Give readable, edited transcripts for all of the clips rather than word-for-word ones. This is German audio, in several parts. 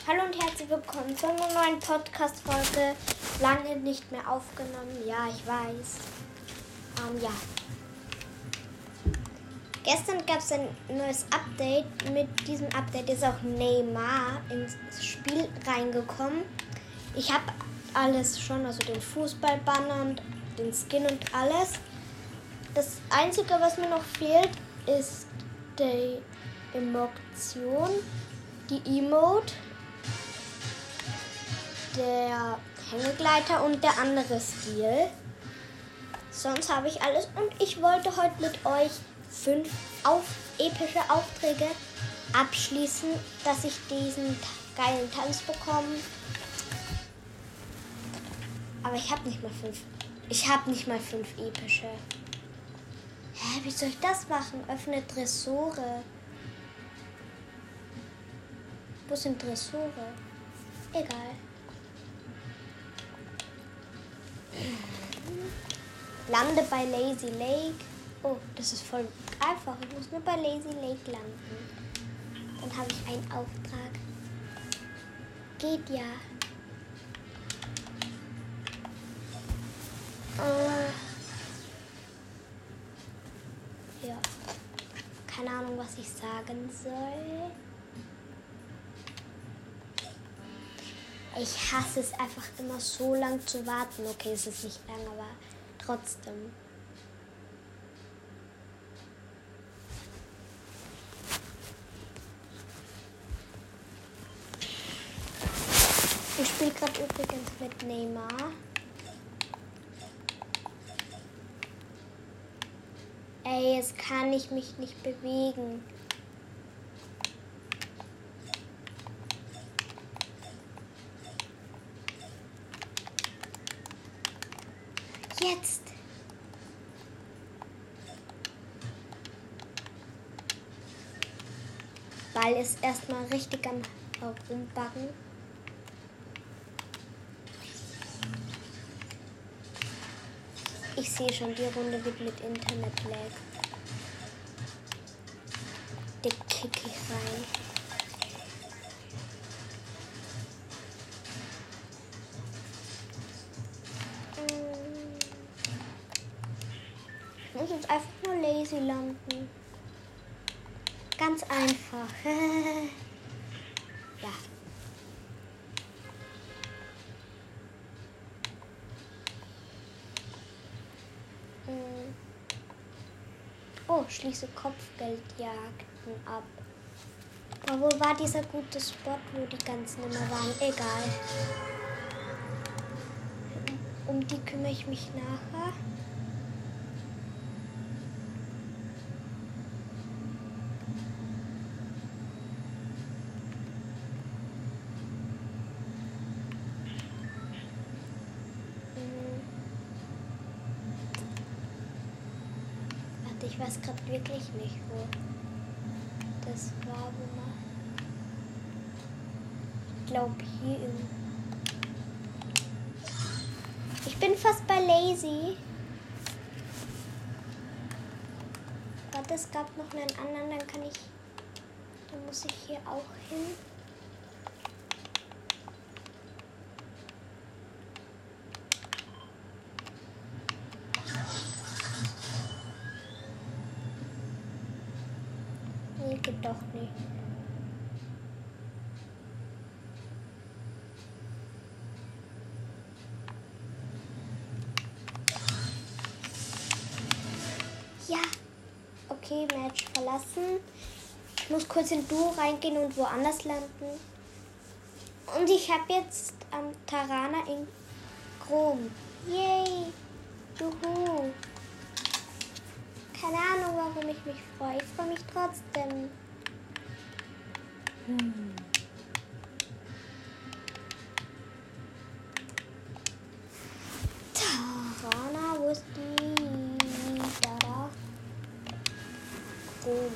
Hallo und herzlich willkommen zu einer neuen Podcast-Folge. Lange nicht mehr aufgenommen. Ja, ich weiß. Ja. Gestern gab es ein neues Update. Mit diesem Update ist auch Neymar ins Spiel reingekommen. Ich habe alles schon, also den Fußballbanner und den Skin und alles. Das Einzige, was mir noch fehlt, ist die Emotion, die Emote, der Hängegleiter und der andere Stil. Sonst habe ich alles und ich wollte heute mit euch 5 epische Aufträge abschließen, dass ich diesen geilen Tanz bekomme. Aber ich habe nicht mal 5. Ich habe nicht mal 5 epische. Hä, wie soll ich das machen? Öffne Tresore. Wo sind Tresore? Egal. Lande bei Lazy Lake. Oh, das ist voll einfach. Ich muss nur bei Lazy Lake landen. Dann habe ich einen Auftrag. Geht ja. Ja. Keine Ahnung, was ich sagen soll. Ich hasse es einfach immer so lang zu warten. Okay, es ist nicht lang, aber trotzdem. Ich spiele gerade übrigens mit Neymar. Ey, jetzt kann ich mich nicht bewegen. Jetzt. Ball ist erstmal richtig am Herumbacken. Ich sehe schon, die Runde wird mit Internet-Lag. Die kick ich rein. Ich muss jetzt einfach nur lazy landen. Ganz einfach. Ja. Oh, schließe Kopfgeldjagden ab. Aber wo war dieser gute Spot, wo die ganzen immer waren? Egal. Um die kümmere ich mich nachher. Ich weiß gerade wirklich nicht, wo das war, wo man. Ich glaube hier. Ich bin fast bei Lazy. Warte, es gab noch einen anderen, dann muss ich hier auch hin. Geht doch nicht. Ja. Okay, Match verlassen. Ich muss kurz in Duo reingehen und woanders landen. Und ich habe jetzt Tarana in Chrom. Yay. Juhu. Keine Ahnung, warum ich mich freue. Ich freue mich trotzdem. Tarana, wo ist die? Da. Boom.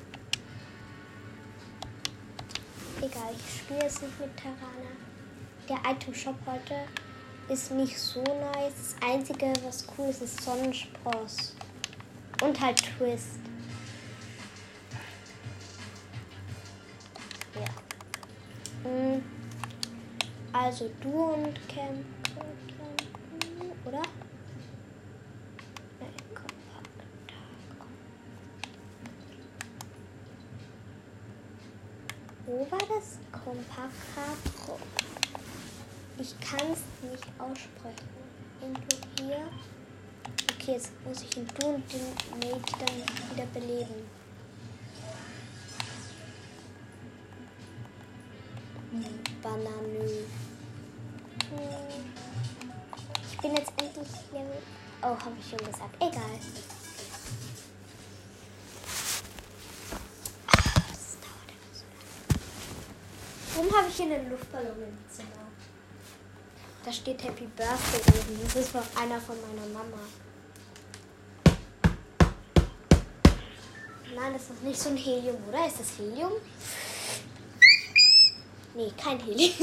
Egal, ich spiele jetzt nicht mit Tarana. der Item Shop heute ist nicht so nice. Das Einzige, was cool ist, ist Sonnenspross. Und halt Twist. Ja. Also du und Camp, oder? Nein, wo war das? Kompakt. Ich kann es nicht aussprechen. Irgendwo hier. Okay, jetzt muss ich ihn du und den Mate dann wieder beleben. Bananö. Ich bin jetzt endlich Level. Oh, habe ich schon gesagt. Egal. Das dauert immer so lange. Warum habe ich hier einen Luftballon im Zimmer? Da steht Happy Birthday oben. Das ist von einer von meiner Mama. Nein, das ist nicht so ein Helium, oder? Ist das Helium? Nee, kein Helium.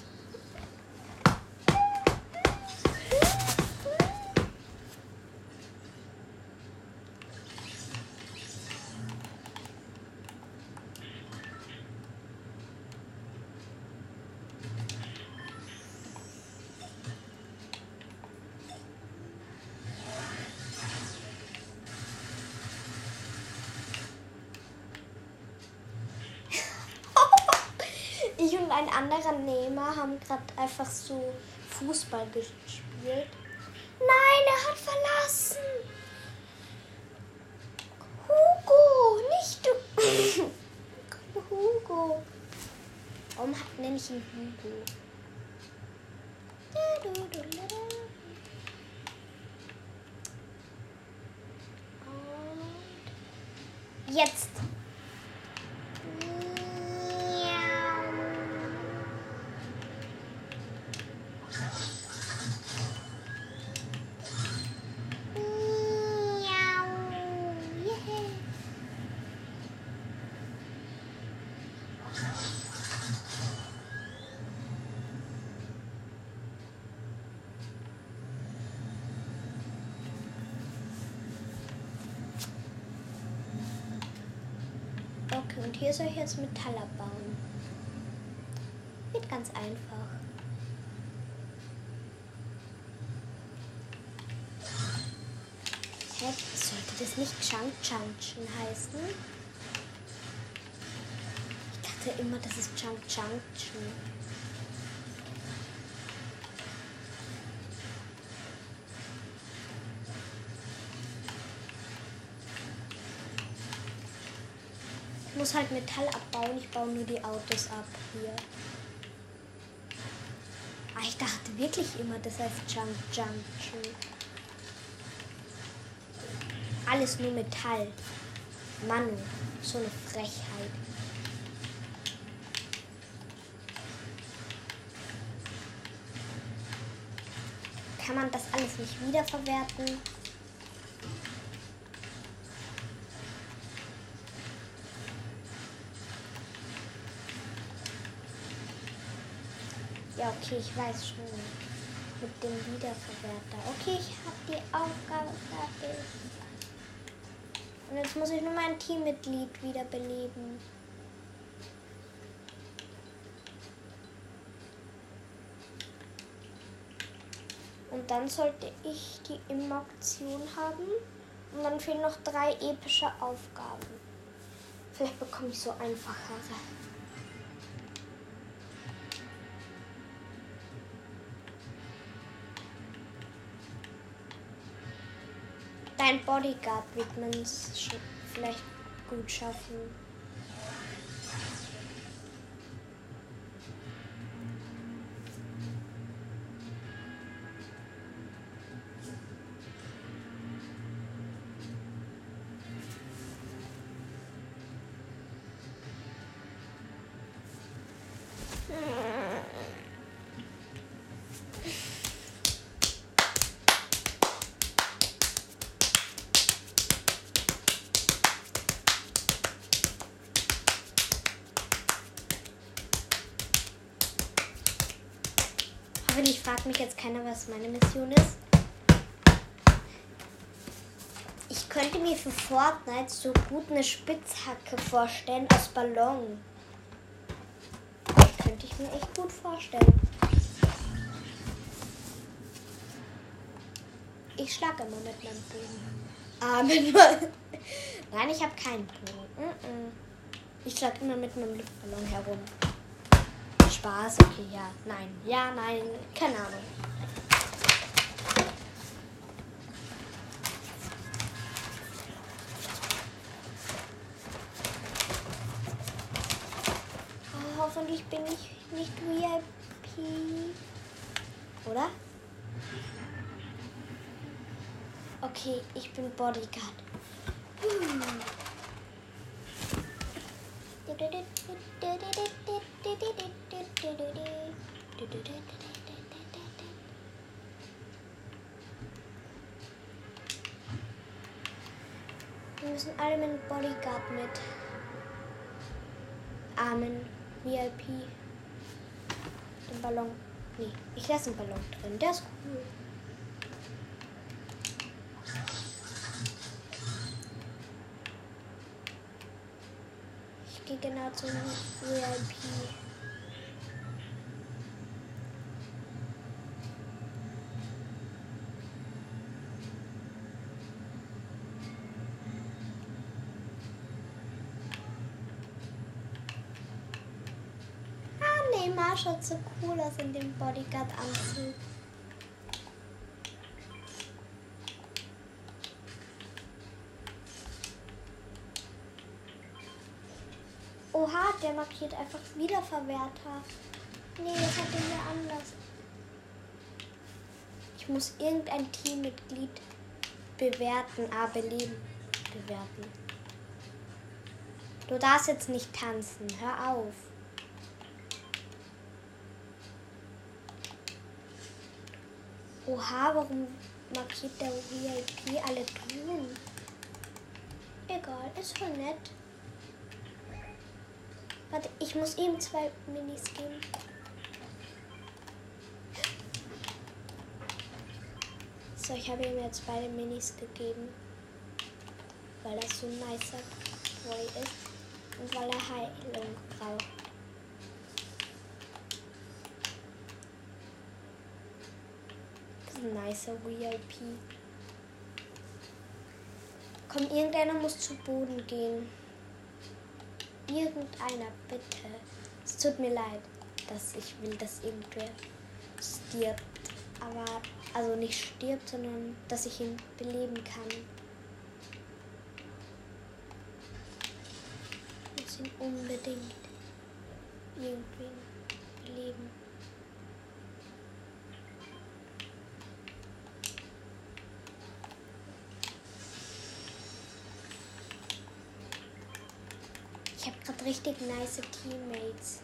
Ich und ein anderer Nehmer haben gerade einfach so Fußball gespielt. Nein, er hat verlassen. Hugo, nicht du. Hugo. Warum nenne ich ihn Hugo? Und jetzt. Okay, und hier soll ich jetzt Metall abbauen. Geht ganz einfach. Hä? Sollte das nicht Chunk Junction heißen? Ich dachte immer, das ist Chunk Junction. Ich muss halt Metall abbauen, ich baue nur die Autos ab hier. Ah, ich dachte wirklich immer, das heißt Junk Junction. Alles nur Metall. Mann, so eine Frechheit. Kann man das alles nicht wiederverwerten? Ja, okay, ich weiß schon. Mit dem Wiederverwerter. Okay, ich habe die Aufgabe fertig. Und jetzt muss ich nur mein Teammitglied wiederbeleben. Und dann sollte ich die Emotion haben. Und dann fehlen noch 3 epische Aufgaben. Vielleicht bekomme ich so einfachere. Dein Bodyguard wird man es vielleicht gut schaffen. Hoffentlich fragt mich jetzt keiner, was meine Mission ist. Ich könnte mir für Fortnite so gut eine Spitzhacke vorstellen aus Ballon. Das könnte ich mir echt gut vorstellen. Ich schlage immer mit meinem Bogen. Nein, ich habe keinen Bogen. Ich schlage immer mit meinem Luftballon herum. Spaß, okay, ja, nein, keine Ahnung. Oh, hoffentlich bin ich nicht VIP. Oder? Okay, ich bin Bodyguard. Wir müssen alle mit dem Bodyguard mit. Armen, VIP. Den Ballon. Nee, ich lasse den Ballon drin. Der ist cool. Ich gehe genau zum VIP. Neymar schaut so cool aus in dem Bodyguard-Anzug. Oha, der markiert einfach Wiederverwerter. Nee, das hat den ja anders. Ich muss irgendein Teammitglied bewerten, beleben. Bewerten. Du darfst jetzt nicht tanzen. Hör auf. Oha, warum markiert der VIP alle grün? Egal, ist voll nett. Warte, ich muss ihm 2 Minis geben. So, ich habe ihm jetzt beide Minis gegeben. Weil das so ein nicer Boy ist. Und weil er Heilung braucht. Nicer VIP. Komm, irgendeiner muss zu Boden gehen. Irgendeiner, bitte. Es tut mir leid, dass ich will, dass irgendwer stirbt. Aber, also nicht stirbt, sondern dass ich ihn beleben kann. Ich muss ihn unbedingt irgendwen beleben. Ich habe gerade richtig nice Teammates.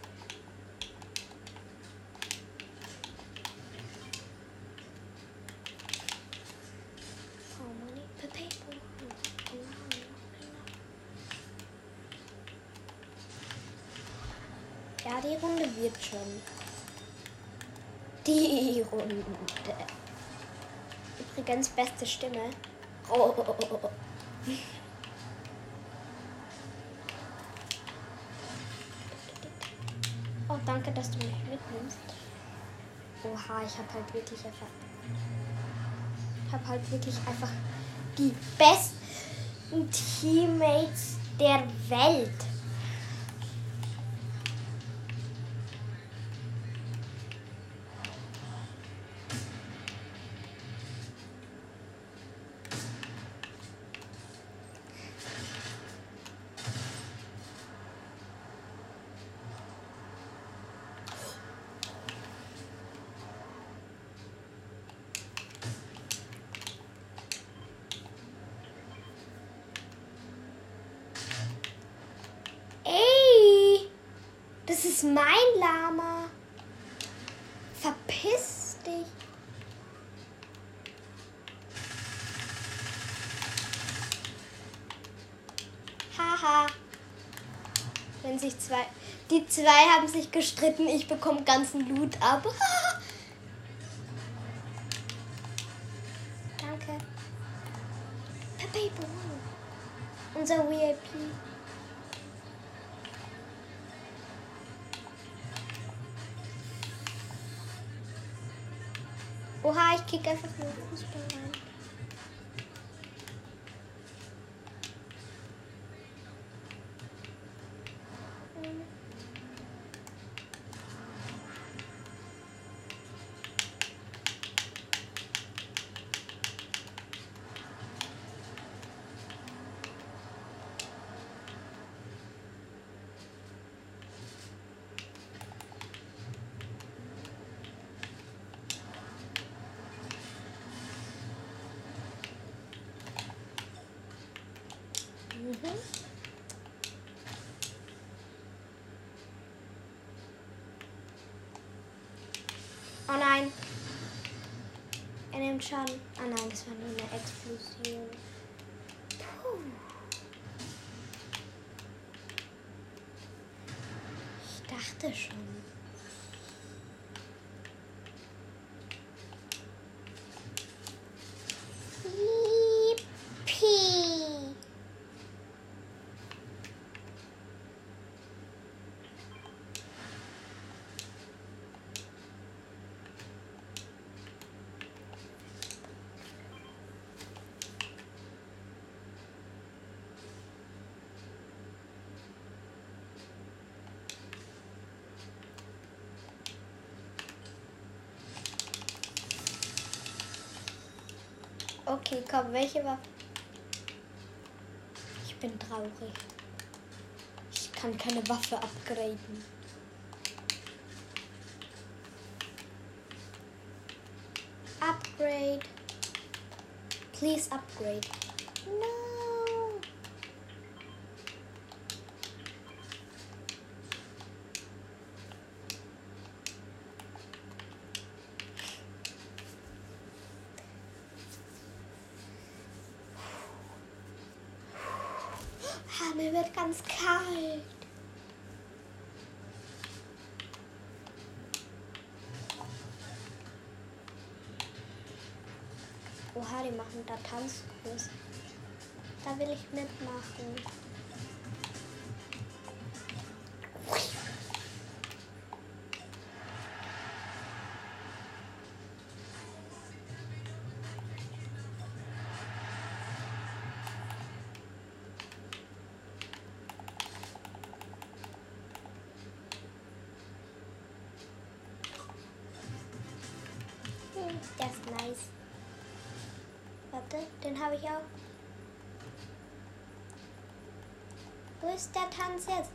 Ja, die Runde wird schon. Die Runde. Übrigens, beste Stimme. Oh. Oh, danke, dass du mich mitnimmst. Oha, ich habe halt wirklich einfach die besten Teammates der Welt. Das ist mein Lama. Verpiss dich. Haha. Wenn sich die zwei haben sich gestritten, ich bekomme ganzen Loot ab. Paper. Unser VIP. Oha, ich kick einfach nur Fußball rein. Oh nein. Er nimmt Schaden. Ah nein, das war nur eine Explosion. Puh. Ich dachte schon. Yippie. Okay, komm, welche Waffe? Ich bin traurig. Ich kann keine Waffe upgraden. Upgrade. Please upgrade. No. Mir wird ganz kalt. Oha, die machen da Tanzkurs. Da will ich mitmachen. Der ist nice. Warte, den habe ich auch. Wo ist der Tanz jetzt?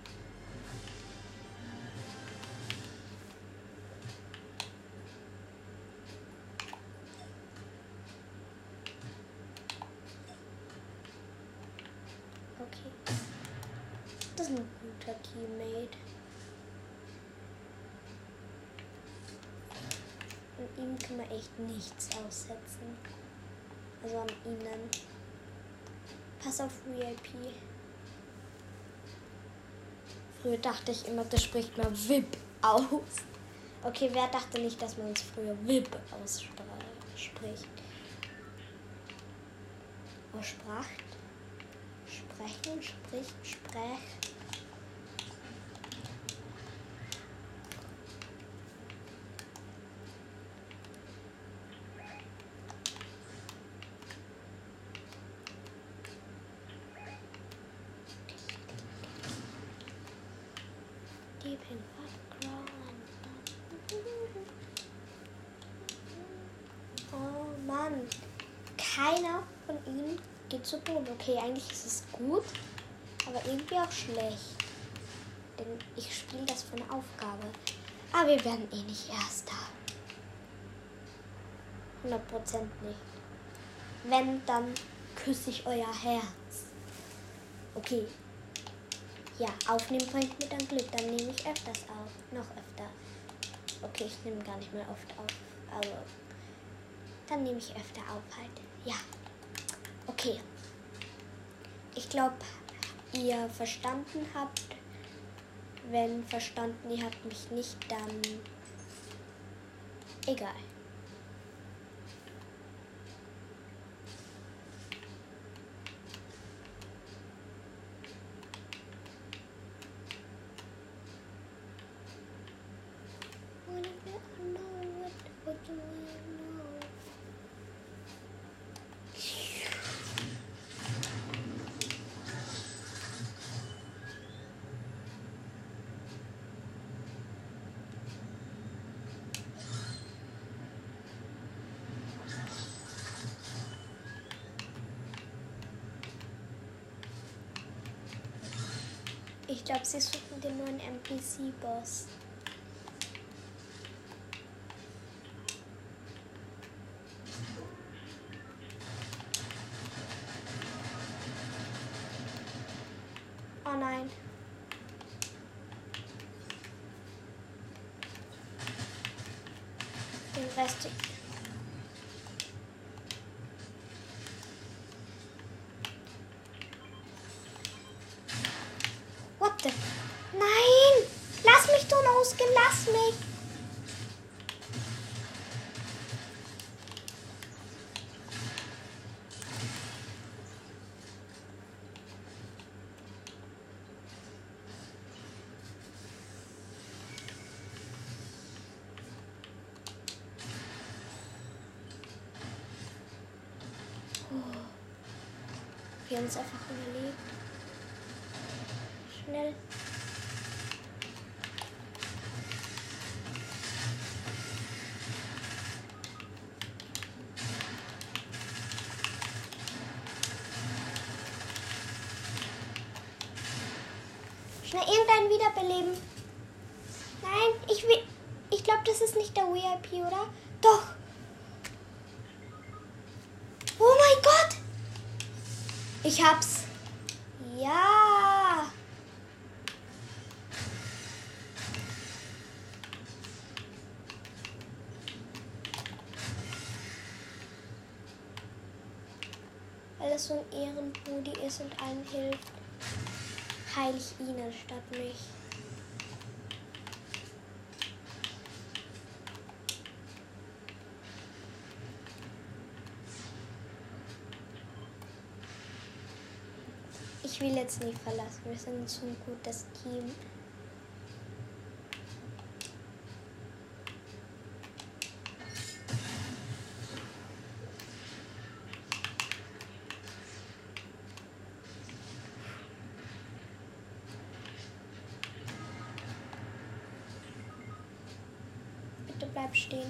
Okay. Das ist ein guter Teammate. An ihm kann man echt nichts aussetzen. Also an ihnen. Pass auf VIP. Früher dachte ich immer, das spricht man VIP aus. Okay, wer dachte nicht, dass man es früher VIP ausspricht? Ausspracht? Sprechen, spricht, sprech. Deep in background. Oh Mann. Keiner von ihnen geht zu Boden. Okay, eigentlich ist es gut, aber irgendwie auch schlecht. Denn ich spiele das für eine Aufgabe. Aber wir werden eh nicht Erster. 100% nicht. Wenn, dann küsse ich euer Herz. Okay. Ja, aufnehmen bringt mir dann Glück. Dann nehme ich öfters auf. Noch öfter. Okay, ich nehme gar nicht mehr oft auf. Aber dann nehme ich öfter auf halt. Ja. Okay. Ich glaube, ihr verstanden habt. Wenn verstanden, ihr habt mich nicht, dann egal. glaube, sie suchen den neuen NPC-Boss. Oh nein. Den Rest. What the? Nein! Lass mich doch ausgehen, lass mich! Wir haben es einfach überlebt. Schnell. Schnell irgendeinen wiederbeleben. Nein, ich glaube, das ist nicht der VIP, oder? Doch. Oh mein Gott. Ich hab's. Ja. Weil es so ein Ehrenbrudi ist und allen hilft, heile ich ihn anstatt mich. Ich will jetzt nicht verlassen. Wir sind so ein gutes Team. Bitte bleib stehen.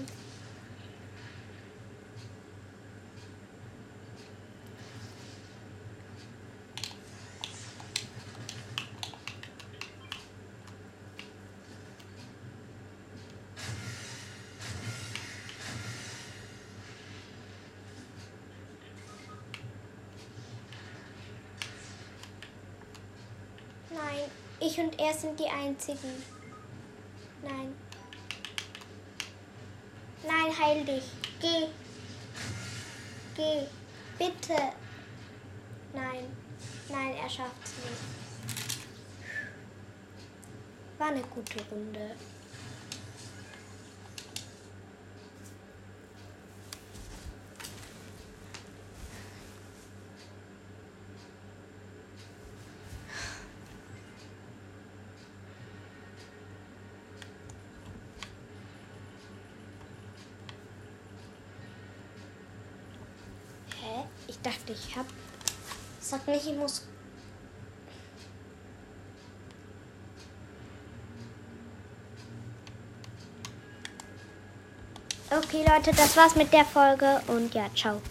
Nein, ich und er sind die Einzigen. Nein. Nein, heil dich. Geh. Geh. Bitte. Nein. Nein, er schafft's nicht. War eine gute Runde. Ich dachte, ich hab. Sag nicht, ich muss. Okay, Leute, das war's mit der Folge und ja, ciao.